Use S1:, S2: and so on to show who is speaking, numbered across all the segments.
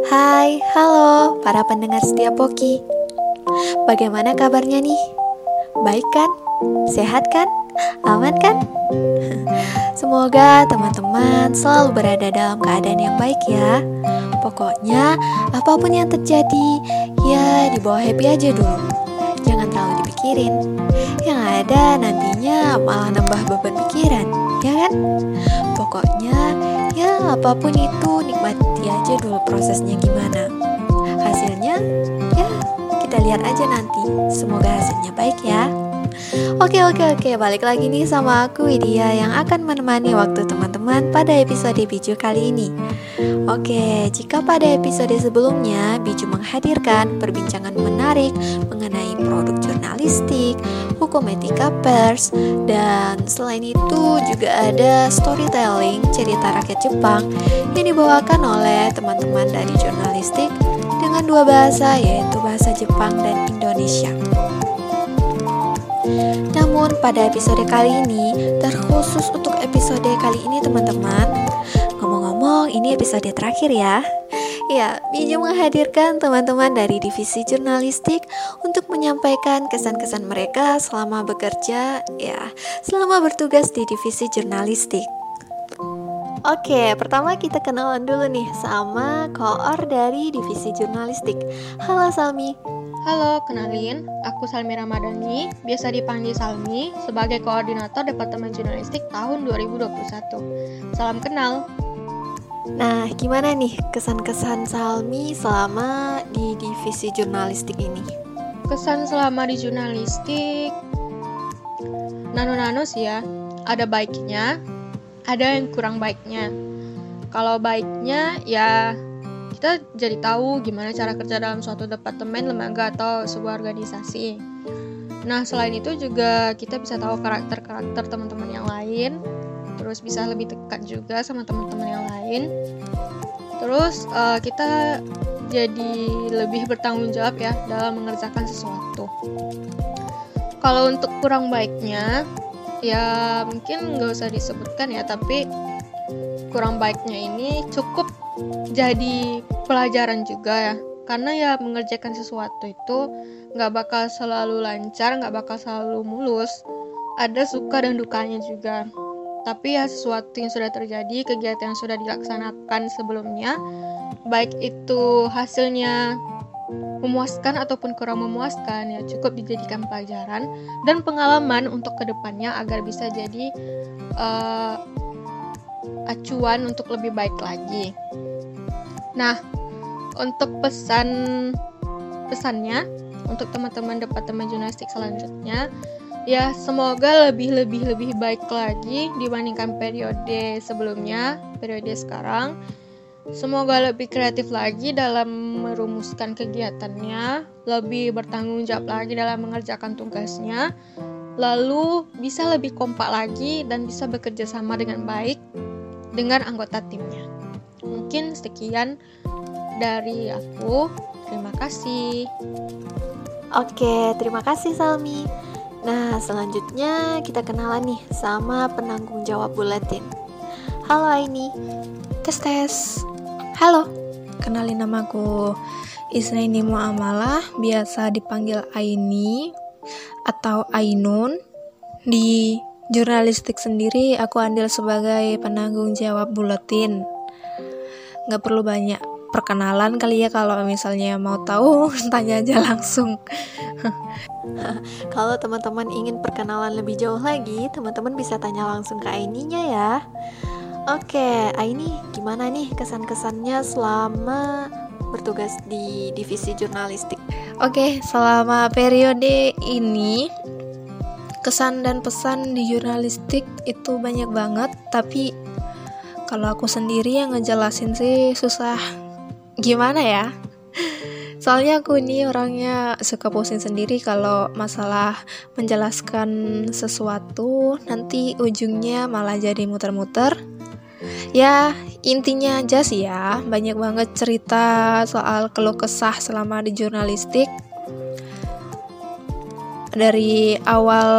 S1: Hai, halo para pendengar setia Poki. Bagaimana kabarnya nih? Baik kan? Sehat kan? Aman kan? Semoga teman-teman selalu berada dalam keadaan yang baik ya. Pokoknya apapun yang terjadi, ya dibawa happy aja dulu. Jangan terlalu dipikirin. Yang ada nantinya malah nambah beban pikiran, ya kan? Pokoknya ya apapun itu nikmati aja dulu prosesnya gimana. Hasilnya ya kita lihat aja nanti. Semoga hasilnya baik ya. Oke, balik lagi nih sama aku Widya yang akan menemani waktu teman-teman pada episode Biju kali ini. Oke, jika pada episode sebelumnya Biju menghadirkan perbincangan menarik mengenai produk jurnalistik, hukum etika pers, dan selain itu juga ada storytelling cerita rakyat Jepang yang dibawakan oleh teman-teman dari jurnalistik dengan dua bahasa, yaitu bahasa Jepang dan Indonesia. Namun pada episode kali ini, terkhusus untuk episode kali ini teman-teman, ngomong-ngomong ini episode terakhir ya. Ya, Biju menghadirkan teman-teman dari divisi jurnalistik untuk menyampaikan kesan-kesan mereka selama bekerja, ya, selama bertugas di divisi jurnalistik. Oke, pertama kita kenalan dulu nih sama koor dari divisi jurnalistik. Halo Salmi.
S2: Halo, kenalin, aku Salmi Ramadhani, biasa dipanggil Salmi, sebagai Koordinator Departemen Jurnalistik tahun 2021. Salam kenal.
S1: Nah, gimana nih kesan-kesan Salmi selama di divisi jurnalistik ini?
S2: Kesan selama di jurnalistik, nano-nano sih ya, ada baiknya, ada yang kurang baiknya. Kalau baiknya ya kita jadi tahu gimana cara kerja dalam suatu departemen, lembaga, atau sebuah organisasi. Nah, selain itu juga kita bisa tahu karakter-karakter teman-teman yang lain, terus bisa lebih dekat juga sama teman-teman yang lain. Terus kita jadi lebih bertanggung jawab ya dalam mengerjakan sesuatu. Kalau untuk kurang baiknya, ya mungkin nggak usah disebutkan ya, tapi kurang baiknya ini cukup jadi pelajaran juga ya, karena ya mengerjakan sesuatu itu nggak bakal selalu lancar, nggak bakal selalu mulus, ada suka dan dukanya juga. Tapi ya sesuatu yang sudah terjadi, kegiatan yang sudah dilaksanakan sebelumnya, baik itu hasilnya memuaskan ataupun kurang memuaskan, ya cukup dijadikan pelajaran dan pengalaman untuk kedepannya agar bisa jadi acuan untuk lebih baik lagi. Nah, untuk pesannya untuk teman-teman departemen jurnalistik selanjutnya, ya semoga lebih baik lagi dibandingkan periode sebelumnya, periode sekarang. Semoga lebih kreatif lagi dalam merumuskan kegiatannya, lebih bertanggung jawab lagi dalam mengerjakan tugasnya, lalu bisa lebih kompak lagi dan bisa bekerja sama dengan baik dengan anggota timnya. Mungkin sekian dari aku. Terima kasih.
S1: Oke, terima kasih Salmi. Nah, selanjutnya kita kenalan nih sama penanggung jawab buletin. Halo Aini.
S3: Tes. Halo, kenalin namaku Isnaini Muamalah, biasa dipanggil Aini atau Ainun. Di jurnalistik sendiri aku andil sebagai penanggung jawab buletin. Gak perlu banyak perkenalan kali ya, kalau misalnya mau tahu tanya aja langsung.
S1: Kalau teman-teman ingin perkenalan lebih jauh lagi, teman-teman bisa tanya langsung ke Aininya ya. Oke, Aini, gimana nih kesan-kesannya selama bertugas di divisi jurnalistik?
S3: Oke, selama periode ini kesan dan pesan di jurnalistik itu banyak banget, tapi kalau aku sendiri yang ngejelasin sih susah. Gimana ya? Soalnya aku ini orangnya suka pusing sendiri kalau masalah menjelaskan sesuatu, nanti ujungnya malah jadi muter-muter. Ya, intinya aja sih ya, banyak banget cerita soal keluh kesah selama di jurnalistik. Dari awal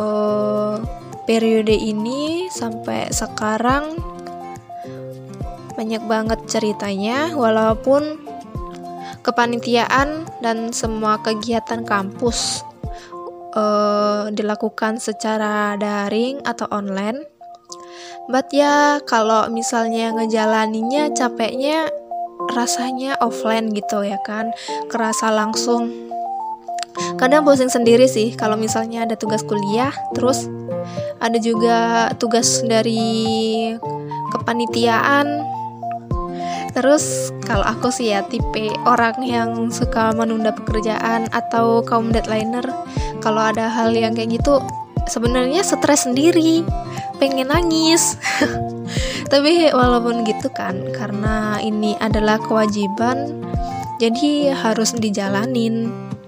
S3: periode ini sampai sekarang banyak banget ceritanya, walaupun kepanitiaan dan semua kegiatan kampus dilakukan secara daring atau online. But ya, kalau misalnya ngejalaninnya capeknya rasanya offline gitu ya kan, kerasa langsung. Kadang pusing sendiri sih kalau misalnya ada tugas kuliah, terus ada juga tugas dari kepanitiaan. Terus kalau aku sih ya tipe orang yang suka menunda pekerjaan atau kaum deadlineer. Kalau ada hal yang kayak gitu sebenarnya stres sendiri, pengen nangis. Tapi walaupun gitu kan, karena ini adalah kewajiban, jadi harus dijalanin.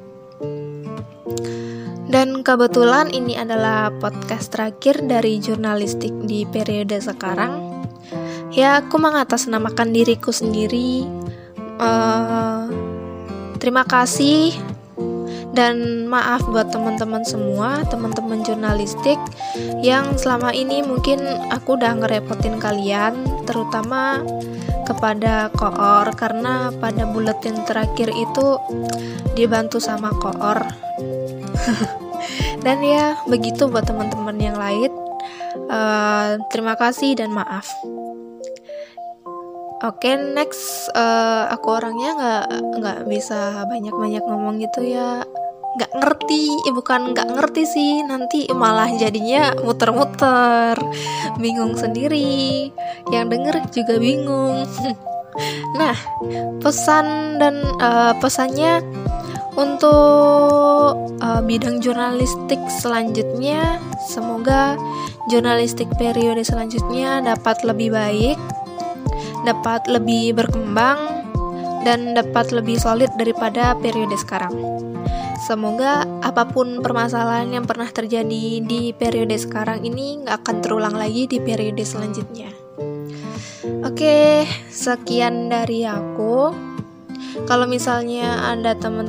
S3: Dan kebetulan ini adalah podcast terakhir dari jurnalistik di periode sekarang. Ya, aku mengatasnamakan diriku sendiri. Terima kasih dan maaf buat teman-teman semua, teman-teman jurnalistik yang selama ini mungkin aku udah ngerepotin kalian, terutama kepada koor, karena pada buletin terakhir itu dibantu sama koor. Dan ya begitu buat teman-teman yang lain. Terima kasih dan maaf. Oke, next, aku orangnya nggak bisa banyak ngomong gitu ya. Nggak ngerti sih, nanti malah jadinya muter-muter, bingung sendiri, yang denger juga bingung. Nah, pesannya untuk bidang jurnalistik selanjutnya, semoga jurnalistik periode selanjutnya dapat lebih baik, dapat lebih berkembang, dan dapat lebih solid daripada periode sekarang. Semoga apapun permasalahan yang pernah terjadi di periode sekarang ini nggak akan terulang lagi di periode selanjutnya. Oke, sekian dari aku. Kalau misalnya ada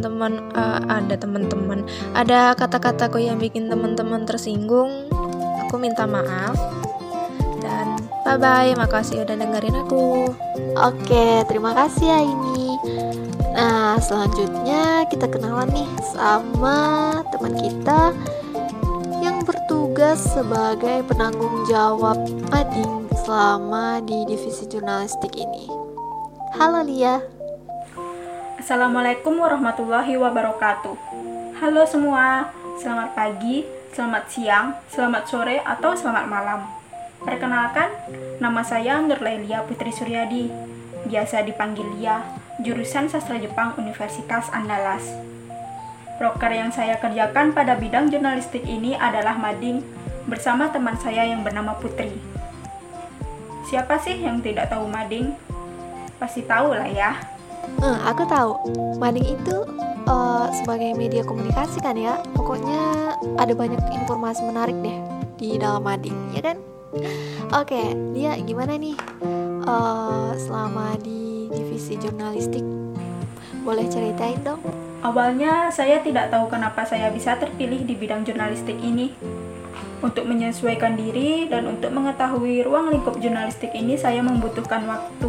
S3: kata-kataku yang bikin teman-teman tersinggung, aku minta maaf. Dan bye-bye, makasih udah dengerin aku.
S1: Oke, terima kasih ya ini. Nah, selanjutnya kita kenalan nih sama teman kita yang bertugas sebagai penanggung jawab mading selama di divisi jurnalistik ini. Halo Lia.
S4: Assalamualaikum warahmatullahi wabarakatuh. Halo semua, selamat pagi, selamat siang, selamat sore, atau selamat malam. Perkenalkan, nama saya Nurlelia Putri Suryadi, biasa dipanggil Lia, jurusan Sastra Jepang Universitas Andalas. Proker yang saya kerjakan pada bidang jurnalistik ini adalah mading bersama teman saya yang bernama Putri. Siapa sih yang tidak tahu mading? Pasti tahu lah ya.
S1: Aku tahu. Mading itu sebagai media komunikasi kan ya. Pokoknya ada banyak informasi menarik deh di dalam mading, ya kan? Oke, Lia gimana nih selama di divisi jurnalistik? Boleh ceritain dong?
S4: Awalnya saya tidak tahu kenapa saya bisa terpilih di bidang jurnalistik ini. Untuk menyesuaikan diri dan untuk mengetahui ruang lingkup jurnalistik ini saya membutuhkan waktu.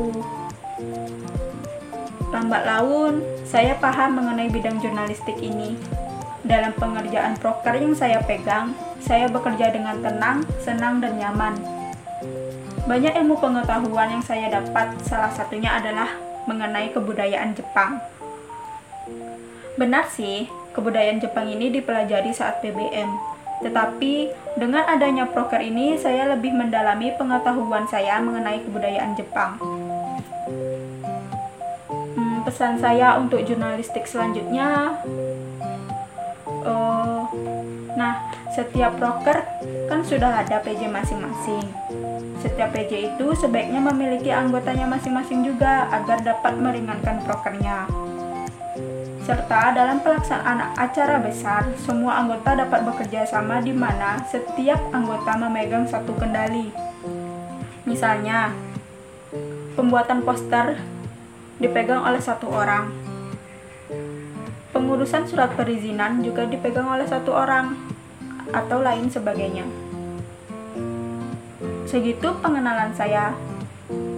S4: Lambat laun, saya paham mengenai bidang jurnalistik ini. Dalam pengerjaan proker yang saya pegang, saya bekerja dengan tenang, senang, dan nyaman. Banyak ilmu pengetahuan yang saya dapat, salah satunya adalah mengenai kebudayaan Jepang. Benar sih, kebudayaan Jepang ini dipelajari saat PBM. Tetapi, dengan adanya proker ini, saya lebih mendalami pengetahuan saya mengenai kebudayaan Jepang. Pesan saya untuk jurnalistik selanjutnya, setiap proker kan sudah ada PJ masing-masing. Setiap PJ itu sebaiknya memiliki anggotanya masing-masing juga agar dapat meringankan prokernya. Serta dalam pelaksanaan acara besar, semua anggota dapat bekerja sama di mana setiap anggota memegang satu kendali. Misalnya, pembuatan poster dipegang oleh satu orang. Pengurusan surat perizinan juga dipegang oleh satu orang, atau lain sebagainya. Segitu pengenalan saya.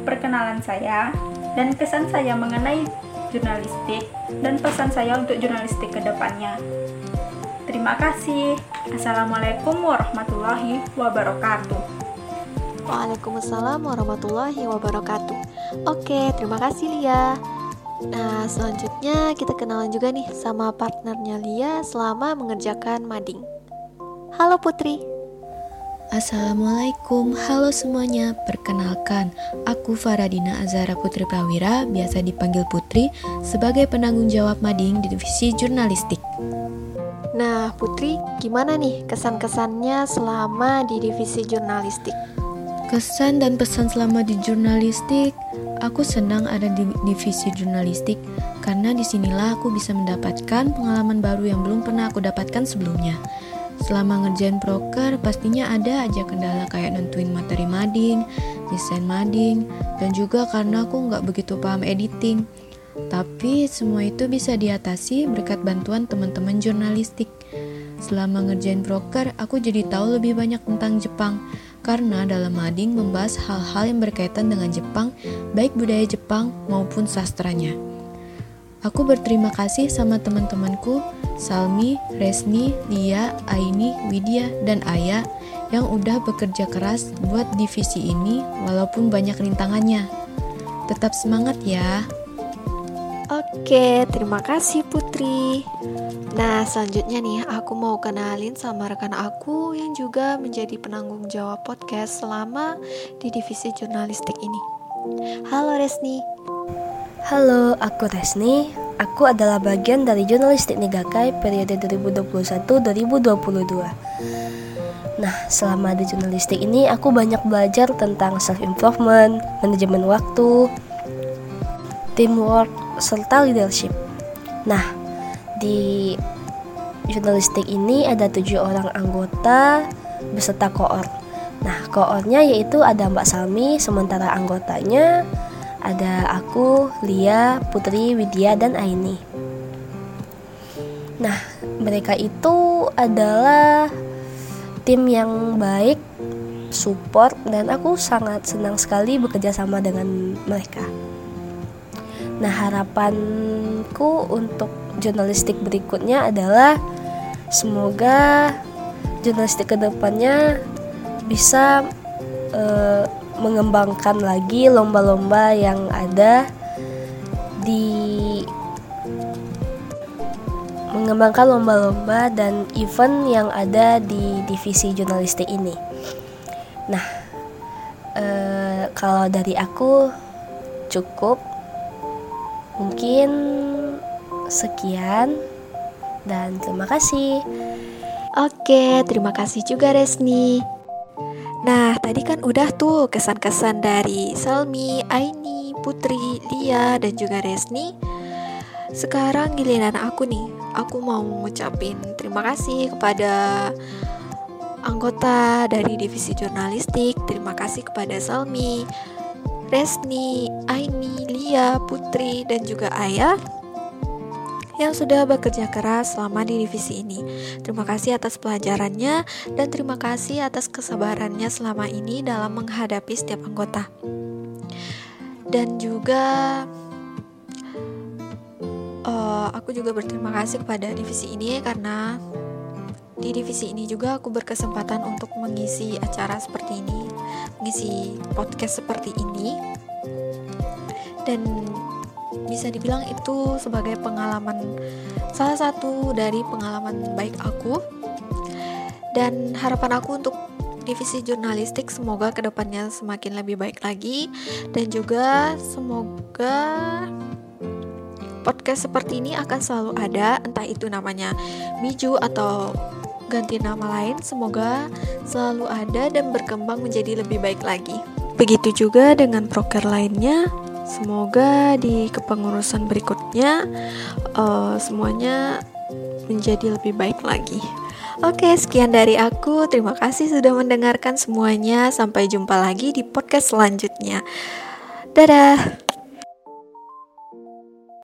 S4: perkenalan saya dan kesan saya mengenai jurnalistik dan pesan saya untuk jurnalistik ke depannya. Terima kasih. Assalamualaikum warahmatullahi wabarakatuh.
S1: Waalaikumsalam warahmatullahi wabarakatuh. Oke, terima kasih Lia. Nah, selanjutnya kita kenalan juga nih sama partnernya Lia selama mengerjakan mading. Halo Putri.
S5: Assalamualaikum, halo semuanya. Perkenalkan, aku Faradina Azhara Putri Prawira, biasa dipanggil Putri, sebagai penanggung jawab mading di divisi jurnalistik.
S1: Nah, Putri, gimana nih kesan-kesannya selama di divisi jurnalistik?
S5: Kesan dan pesan selama di jurnalistik, aku senang ada di divisi jurnalistik karena disinilah aku bisa mendapatkan pengalaman baru yang belum pernah aku dapatkan sebelumnya. Selama ngerjain proker, pastinya ada aja kendala kayak nentuin materi mading, desain mading, dan juga karena aku nggak begitu paham editing. Tapi semua itu bisa diatasi berkat bantuan teman-teman jurnalistik. Selama ngerjain proker, aku jadi tahu lebih banyak tentang Jepang, karena dalam mading membahas hal-hal yang berkaitan dengan Jepang, baik budaya Jepang maupun sastranya. Aku berterima kasih sama teman-temanku, Salmi, Resni, Lia, Aini, Widya, dan Aya yang udah bekerja keras buat divisi ini walaupun banyak rintangannya. Tetap semangat ya.
S1: Oke, terima kasih Putri. Nah, selanjutnya nih aku mau kenalin sama rekan aku yang juga menjadi penanggung jawab podcast selama di divisi jurnalistik ini. Halo Resni.
S6: Halo, aku Resni. Aku adalah bagian dari Jurnalistik Nigakai periode 2021-2022. Nah, selama di jurnalistik ini aku banyak belajar tentang self-improvement, manajemen waktu, teamwork, serta leadership. Nah, di jurnalistik ini ada 7 orang anggota beserta koor. Nah, koornya yaitu ada Mbak Salmi, sementara anggotanya ada aku, Lia, Putri, Widya, dan Aini. Nah, mereka itu adalah tim yang baik, support, dan aku sangat senang sekali bekerja sama dengan mereka. Nah, harapanku untuk jurnalistik berikutnya adalah semoga jurnalistik kedepannya bisa mengembangkan lagi lomba-lomba yang ada mengembangkan lomba-lomba dan event yang ada di divisi jurnalistik ini. Nah, kalau dari aku cukup, mungkin sekian dan terima kasih.
S1: Oke, terima kasih juga Resni. Nah, tadi kan udah tuh kesan-kesan dari Salmi, Aini, Putri, Lia, dan juga Resni. Sekarang giliran aku nih. Aku mau ngucapin terima kasih kepada anggota dari divisi jurnalistik. Terima kasih kepada Salmi, Resni, Aini, Lia, Putri, dan juga Ayah yang sudah bekerja keras selama di divisi ini. Terima kasih atas pelajarannya dan terima kasih atas kesabarannya selama ini dalam menghadapi setiap anggota. Dan juga aku juga berterima kasih kepada divisi ini karena di divisi ini juga aku berkesempatan untuk mengisi acara seperti ini, mengisi podcast seperti ini, dan bisa dibilang itu sebagai pengalaman, salah satu dari pengalaman baik aku. Dan harapan aku untuk divisi jurnalistik semoga kedepannya semakin lebih baik lagi. Dan juga semoga podcast seperti ini akan selalu ada, entah itu namanya Biju atau ganti nama lain. Semoga selalu ada dan berkembang menjadi lebih baik lagi. Begitu juga dengan proker lainnya. Semoga di kepengurusan berikutnya semuanya menjadi lebih baik lagi. Oke, sekian dari aku. Terima kasih sudah mendengarkan semuanya. Sampai jumpa lagi di podcast selanjutnya. Dadah.